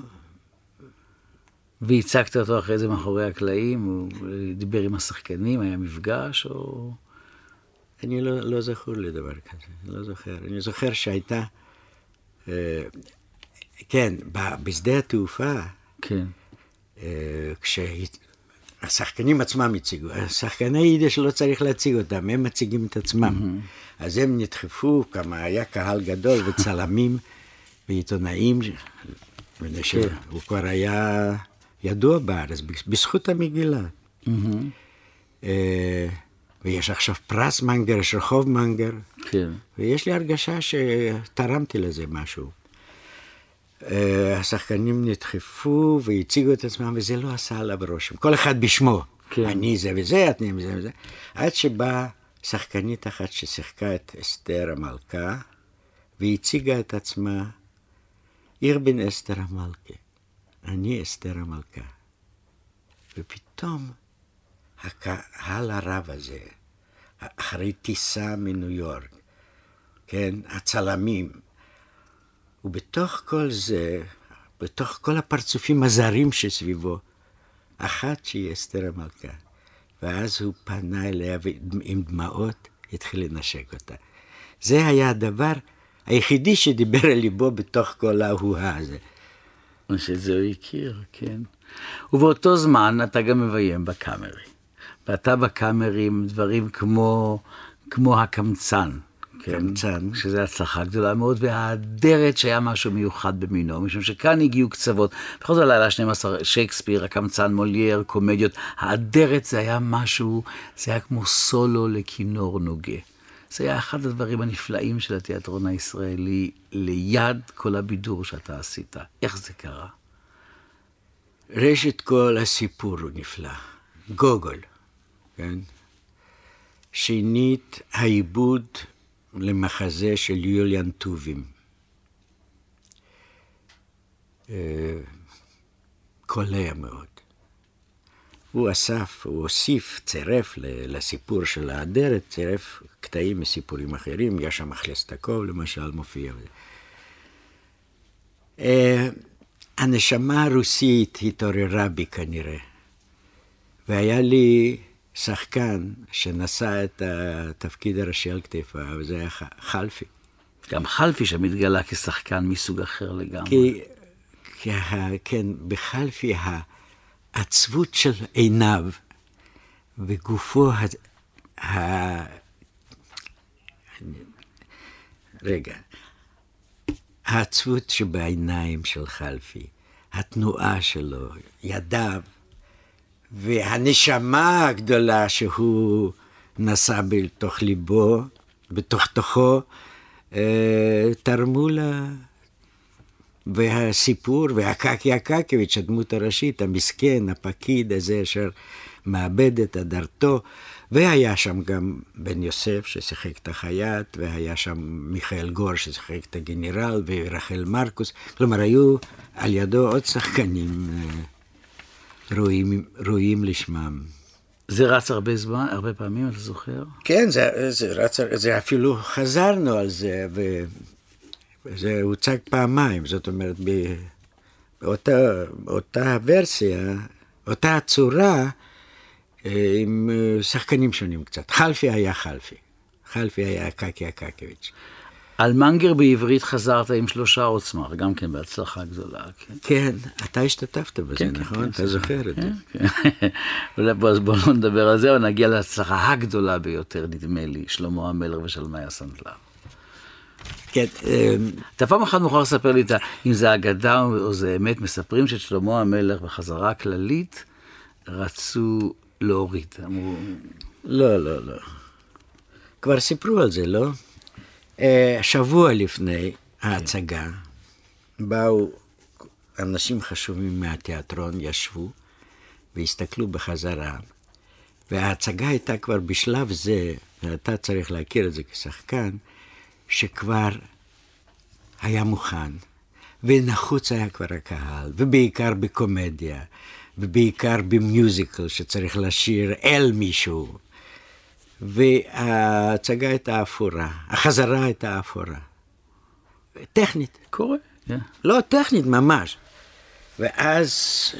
והצגת אותו אחרי זה מאחורי הקלעים, הוא דיבר עם השחקנים, היה מפגש, או... אני לא, לא זכור לי דבר כזה, לא זוכר. אני זוכר שהייתה, אה, כן, בשדה התעופה, כן. אה, כשהשחקנים עצמם הציגו, השחקני יידיש לא צריך להציג אותם, הם מציגים את עצמם. Mm-hmm. אז הם נדחפו, כמה היה קהל גדול וצלמים ועיתונאים, כן. הוא כבר היה ידוע בארץ, בזכות המגילה. Mm-hmm. אה, ויש עכשיו פרס מנגר, יש רחוב מנגר, כן. ויש לי הרגשה שתרמתי לזה משהו. השחקנים נדחפו והציגו את עצמם, וזה לא עשה עליו רושם. כל אחד בשמו. כן. אני זה וזה, אני זה וזה. עד שבאה שחקנית אחת ששיחקה את אסתר המלכה, והציגה את עצמה, אירבין אסתר המלכה. אני אסתר המלכה. ופתאום, הקהל הרב הזה, אחרי טיסה מניו יורק, כן, הצלמים, ובתוך כל זה, בתוך כל הפרצופים הזרים שסביבו, אחת שהיא אסתר המלכה. ואז הוא פנה אליה עם דמעות, התחיל לנשק אותה. זה היה הדבר היחידי שדיבר על ליבו בתוך כל ההואה הזה. שזה הוא הכיר, כן. ובאותו זמן אתה גם מביים בקאמרי. ואתה בקאמרי עם דברים כמו, כמו הקמצן. קמצן. שזה הצלחה גדולה מאוד, והאדרת שהיה משהו מיוחד במינו, משום שכאן הגיעו קצוות, בכל זאת לילה שנים עשר, שייקספיר, הקמצן, מולייר, קומדיות, האדרת זה היה משהו, זה היה כמו סולו לכינור נוגה. זה היה אחד הדברים הנפלאים של התיאטרון הישראלי, ליד כל הבידור שאתה עשית. איך זה קרה? ראשית כל הסיפור הוא נפלא. גוגול, כן? שנית, העיבוד למחזה של יוליאן טובים. קולע מאוד. הוא אסף, הוא הוסיף, צירף לסיפור של האדרת, צירף קטעים מסיפורים אחרים, יש שם אכלס תקוב, למשל, מופיע. הנשמה הרוסית התעוררה בי כנראה, והיה לי שחקן שנשא את התפקיד הראשי על כתפיו, וזה היה חלפי. גם חלפי שמתגלה כשחקן מסוג אחר לגמרי. כי, כי כן, בחלפי העצבות של עיניו וגופו, ה, ה, רגע, העצבות שבעיניים של חלפי, התנועה שלו, ידיו, והנשמה הגדולה שהוא נשא בתוך ליבו, בתוך תוכו, תרמו לה, והסיפור, והקקי הקקיביץ', הדמות הראשית, המסכן, הפקיד הזה אשר מאבד את הדרתו, והיה שם גם בן יוסף ששיחק את החייט, והיה שם מיכאל גור ששיחק את הגנרל, ורחל מרקוס, כלומר היו על ידו עוד שחקנים ראויים, ראויים לשמם. זה רץ הרבה זמן, הרבה פעמים, אתה זוכר? כן, זה, זה רץ, זה אפילו חזרנו על זה, וזה הוצג פעמיים, זאת אומרת, באותה, באותה ורסיה, אותה הצורה, עם שחקנים שונים קצת. חלפי היה חלפי. חלפי היה קקי הקקיביץ'. על מנגר בעברית חזרת עם שלושה עוצמר, גם כן בהצלחה גדולה. כן, כן, אתה השתתפת בזה, כן, נכון? כן, אתה זוכר את זה. כן, כן. אולי בואו לא נדבר על זה, אבל נגיע להצלחה הגדולה ביותר, נדמה לי, שלמה המלך ושלמיה סנדלר. כן. אתה פעם אחת מוכר לספר לי, אם זה אגדה או זה אמת, מספרים ששלמה המלך בחזרה הכללית רצו להוריד, אמרו... לא, לא, לא. כבר סיפרו על זה, לא? שבוע לפני ההצגה, באו אנשים חשובים מהתיאטרון, ישבו והסתכלו בחזרה, וההצגה הייתה כבר בשלב זה, ואתה צריך להכיר את זה כשחקן, שכבר היה מוכן, ונחוץ היה כבר הקהל, ובעיקר בקומדיה, ובעיקר במיוזיקל שצריך לשיר אל מישהו, וההצגה הייתה אפורה, החזרה הייתה אפורה. טכנית. קורה. Yeah. לא, טכנית ממש. ואז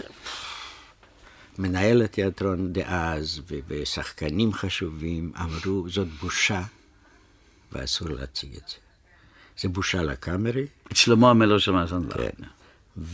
מנהל התיאטרון דאז, ושחקנים חשובים, אמרו, זאת בושה, ואסור להציג את זה. זה בושה לקאמרי. את שלמה המלך של סנדלר. כן. ו...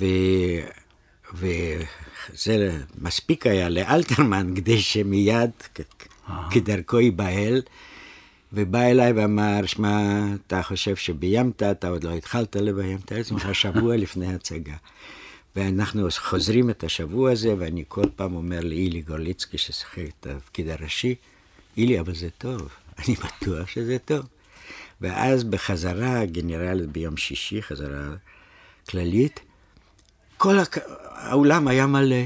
וזה מספיק היה לאלתרמן, כדי שמיד... כדרכו ייבהל, ובא אליי ואמר, שמע, אתה חושב שביימת, אתה עוד לא התחלת לביים את עצמך שבוע לפני הצגה. ואנחנו חוזרים את השבוע הזה, ואני כל פעם אומר לאילי גורליצקי, ששיחק את התפקיד הראשי, אילי, אבל זה טוב, אני בטוח שזה טוב. ואז בחזרה גנרלית ביום שישי, חזרה כללית, כל האולם היה מלא,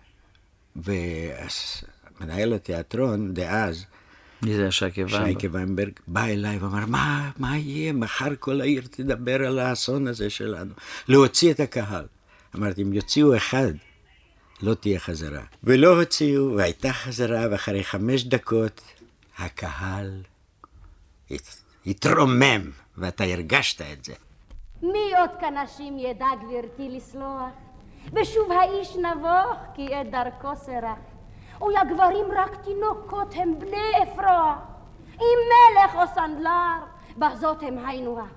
ואז... מנהל התיאטרון דאז, שייקה ויינברג, בא אליי ואמר, מה, מה יהיה? מחר כל העיר תדבר על האסון הזה שלנו. להוציא את הקהל. אמרתי, אם יוציאו אחד, לא תהיה חזרה. ולא הוציאו, והייתה חזרה, ואחרי חמש דקות, הקהל התרומם, ואתה הרגשת את זה. מי עוד כנשים ידע גברתי לסלוח? ושוב האיש נבוך, כי את דרכו סרח. אוי, הגברים רק תינוקות הם בני אפרוח, אם מלך או סנדלר, בזאת הם היינו הך.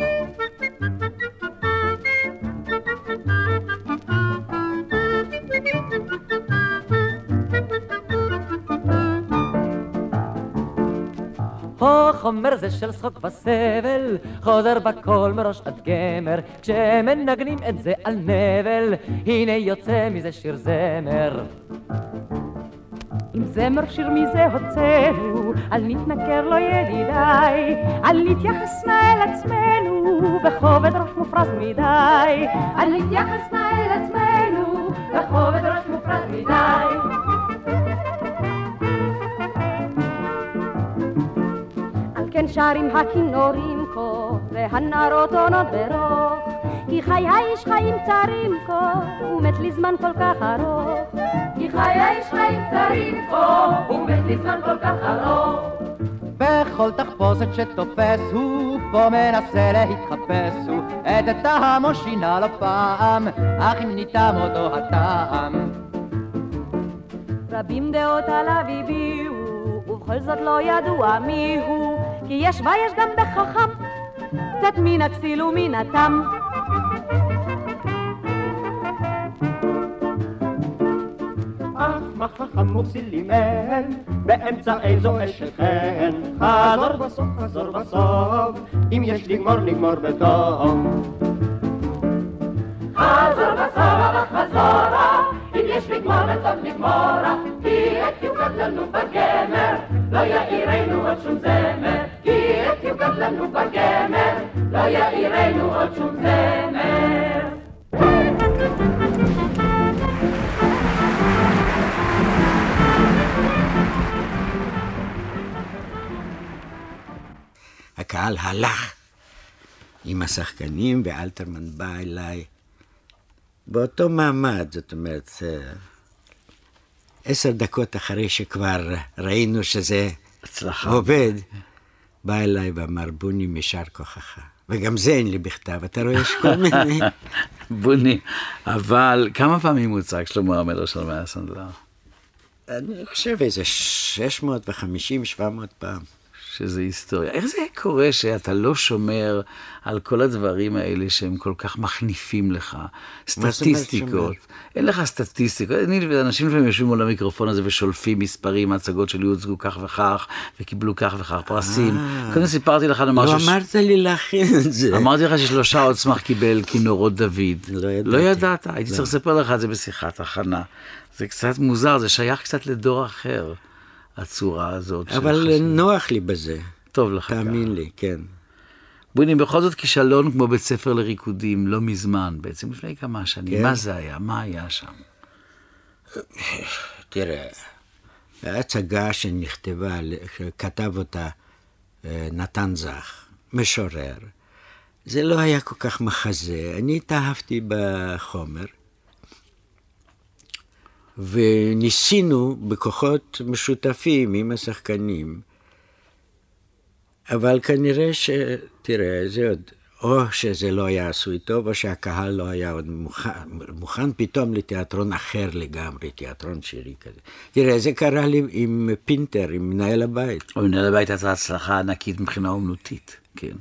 הו חומר זה של שחוק וסבל, חוזר בכל מראש עד גמר, כשמנגנים את זה על נבל, הנה יוצא מזה שיר זמר. אם זמר שיר מזה הוצאנו, אל נתנכר לו ידידיי, אל נתייחס נא אל עצמנו, בכובד ראש מופרז מדי. אל נתייחס נא אל עצמנו, בכובד ראש מופרז מדי. על כן שרים הכינורים כה, והנערות עונות ברוך, כי חיי איש חיים צרים כה, הוא מת לי זמן כל כך ארוך. כי חיי איש חיים צרים כה, הוא מת לי זמן כל כך ארוך. בכל תחפושת שתופס הוא פה מנסה להתחפש הוא את הטעם או שינה לו פעם, אך אם ניתם אותו הטעם. רבים דעות עליו הביאו, ובכל זאת לא ידוע מי הוא, כי יש ויש גם בחכם, קצת מן הכסיל ומן התם. אך מה חכם וכסילים אין, באמצע איזו אשת חן. חזור בסוף, חזור בסוף, אם יש לגמור, לגמור בטוב. חזור בסוף, אבל חזורה, אם יש לגמור בטוב, לגמורה. כי את יוגד לנו בגמר, לא יאירנו עוד שום זמר. כי את יוגד לנו בגמר, לא יאירנו עוד שום זמר. הקהל הלך עם השחקנים, ואלתרמן בא אליי באותו מעמד, זאת אומרת, עשר דקות אחרי שכבר ראינו שזה הצלחה. עובד, בא אליי ואמר, בוני, משאר כוחך. וגם זה אין לי בכתב, אתה רואה, יש כל מיני... בוני, אבל כמה פעמים הוצג שלמה המלך של מאה הסנדלר? אני חושב איזה שש מאות וחמישים שבע מאות פעם. שזה היסטוריה. איך זה קורה שאתה לא שומר על כל הדברים האלה שהם כל כך מחניפים לך? סטטיסטיקות. אין לך סטטיסטיקות. אנשים לפעמים יושבים מול המיקרופון הזה ושולפים מספרים, הצגות שלי הוצגו כך וכך, וקיבלו כך וכך פרסים. קודם סיפרתי לך... לא אמרת לי להכין את זה. אמרתי לך ששלושה עוצמח קיבל כינורות דוד. לא ידעת. הייתי צריך לספר לך את זה בשיחת הכנה. זה קצת מוזר, זה שייך קצת לדור אחר. הצורה הזאת. אבל נוח לי בזה. טוב לך. תאמין לי, כן. בוני, בכל זאת כישלון כמו בית ספר לריקודים, לא מזמן, בעצם לפני כמה שנים. מה זה היה? מה היה שם? תראה, ההצגה שנכתבה, כתב אותה נתן זך, משורר. זה לא היה כל כך מחזה. אני התאהבתי בחומר. וניסינו בכוחות משותפים עם השחקנים, אבל כנראה ש... תראה, זה עוד, או שזה לא היה עשוי טוב, או שהקהל לא היה עוד מוכן, מוכן פתאום לתיאטרון אחר לגמרי, תיאטרון שירי כזה. תראה, זה קרה לי עם פינטר, עם מנהל הבית. או מנהל הבית הייתה הצלחה ענקית מבחינה אומנותית, כן.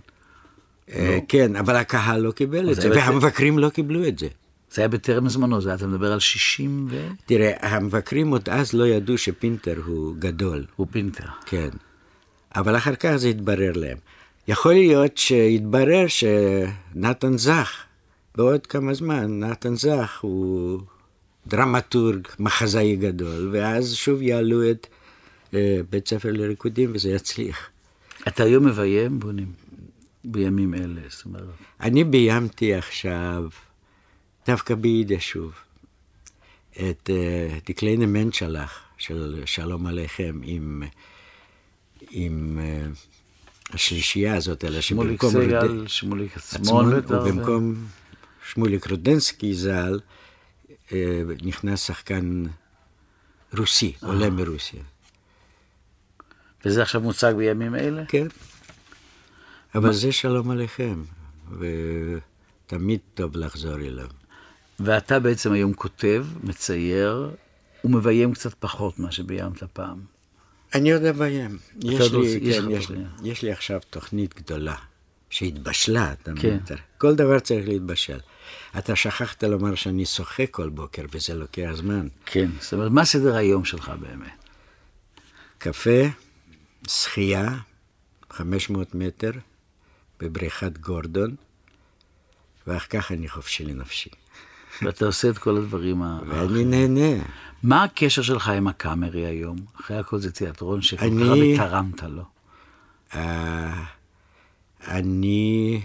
כן, אבל הקהל לא קיבל את זה, והמבקרים לא קיבלו את זה. זה היה בטרם זמנו, זה אתה מדבר על שישים ו... תראה, המבקרים עוד אז לא ידעו שפינטר הוא גדול. הוא פינטר. כן. אבל אחר כך זה התברר להם. יכול להיות שהתברר שנתן זך, בעוד כמה זמן, נתן זך הוא דרמטורג, מחזאי גדול, ואז שוב יעלו את אה, בית ספר לריקודים וזה יצליח. אתה היום מביים, בונים, בימים אלה, זאת אומרת. אני ביימתי עכשיו... דווקא ביידיש שוב, את די קלינה מנשלח של שלום עליכם עם, עם uh, השלישייה הזאת, אלא שמוליק סגל, רד... שמוליק עצמון, ובמקום שמוליק רודנסקי ז"ל, uh, נכנס שחקן רוסי, אה. עולה מרוסיה. וזה עכשיו מוצג בימים אלה? כן. אבל מה? זה שלום עליכם, ותמיד טוב לחזור אליו. ואתה בעצם היום כותב, מצייר, ומביים קצת פחות מה שביימת פעם. אני עוד אביים. יש לי, כן, יש, יש לי עכשיו תוכנית גדולה, שהתבשלה, אתה כן. מבין? כל דבר צריך להתבשל. אתה שכחת לומר שאני שוחק כל בוקר, וזה לוקח זמן. כן, זאת אומרת, מה סדר היום שלך באמת? קפה, שחייה, חמש מאות מטר, בבריכת גורדון, ואחר כך אני חופשי לנפשי. ואתה עושה את כל הדברים ה... ואני נהנה. מה הקשר שלך עם הקאמרי היום? אחרי הכל זה תיאטרון שכל כך תרמת לו. אני...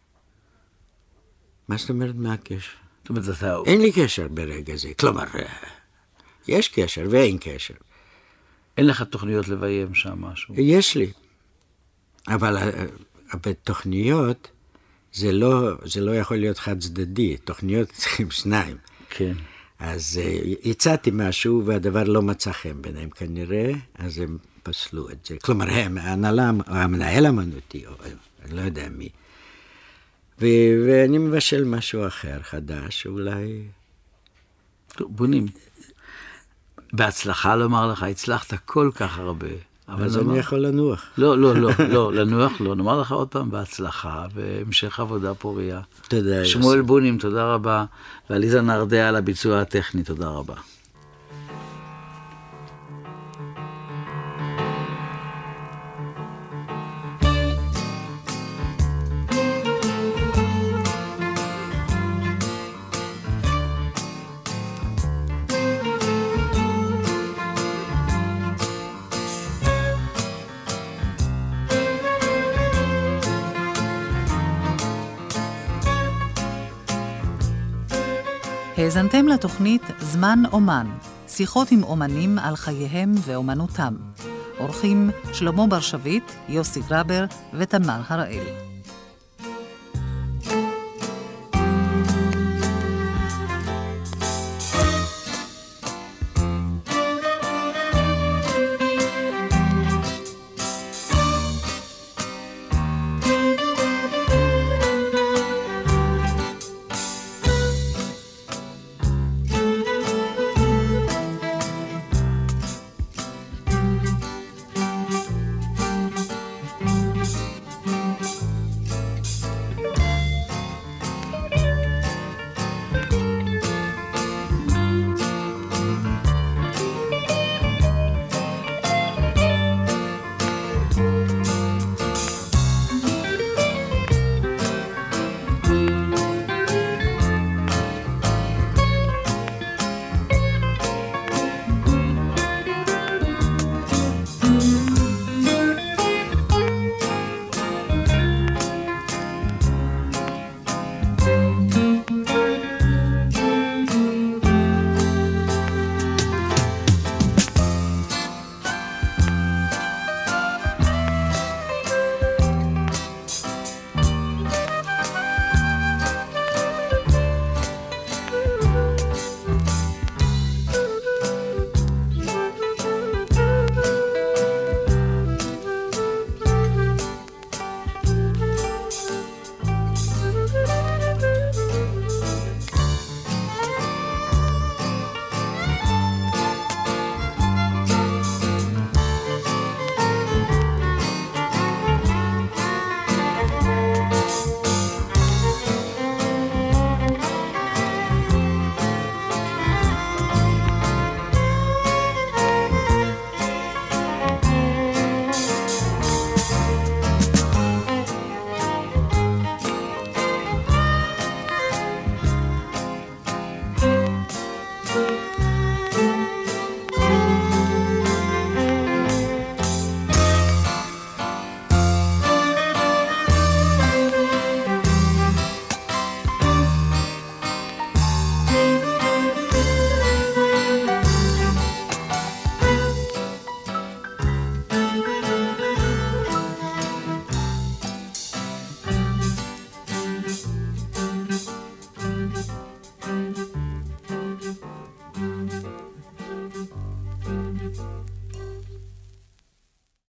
מה זאת אומרת מה הקשר? זאת אומרת, אתה... אין לי קשר ברגע זה. כלומר, יש קשר ואין קשר. אין לך תוכניות לביים שם משהו? יש לי. אבל בתוכניות... זה לא, זה לא יכול להיות חד צדדי, תוכניות צריכים שניים. כן. אז uh, הצעתי משהו והדבר לא מצא חן ביניהם כנראה, אז הם פסלו את זה. כלומר, הם, ההנהלה, המנהל אמנותי, או אני לא יודע מי. ו, ואני מבשל משהו אחר, חדש, אולי... בונים. בהצלחה לומר לך, הצלחת כל כך הרבה. אז אני יכול לנוח. לא, לא, לא, לא, לנוח לא. נאמר לך עוד פעם בהצלחה, והמשך עבודה פוריה. תודה. שמואל בונים, תודה רבה. ועליזה נרדע על הביצוע הטכני, תודה רבה. האזנתם לתוכנית זמן אומן, שיחות עם אומנים על חייהם ואומנותם. אורחים שלמה ברשבית, יוסי גרבר ותמר הראל.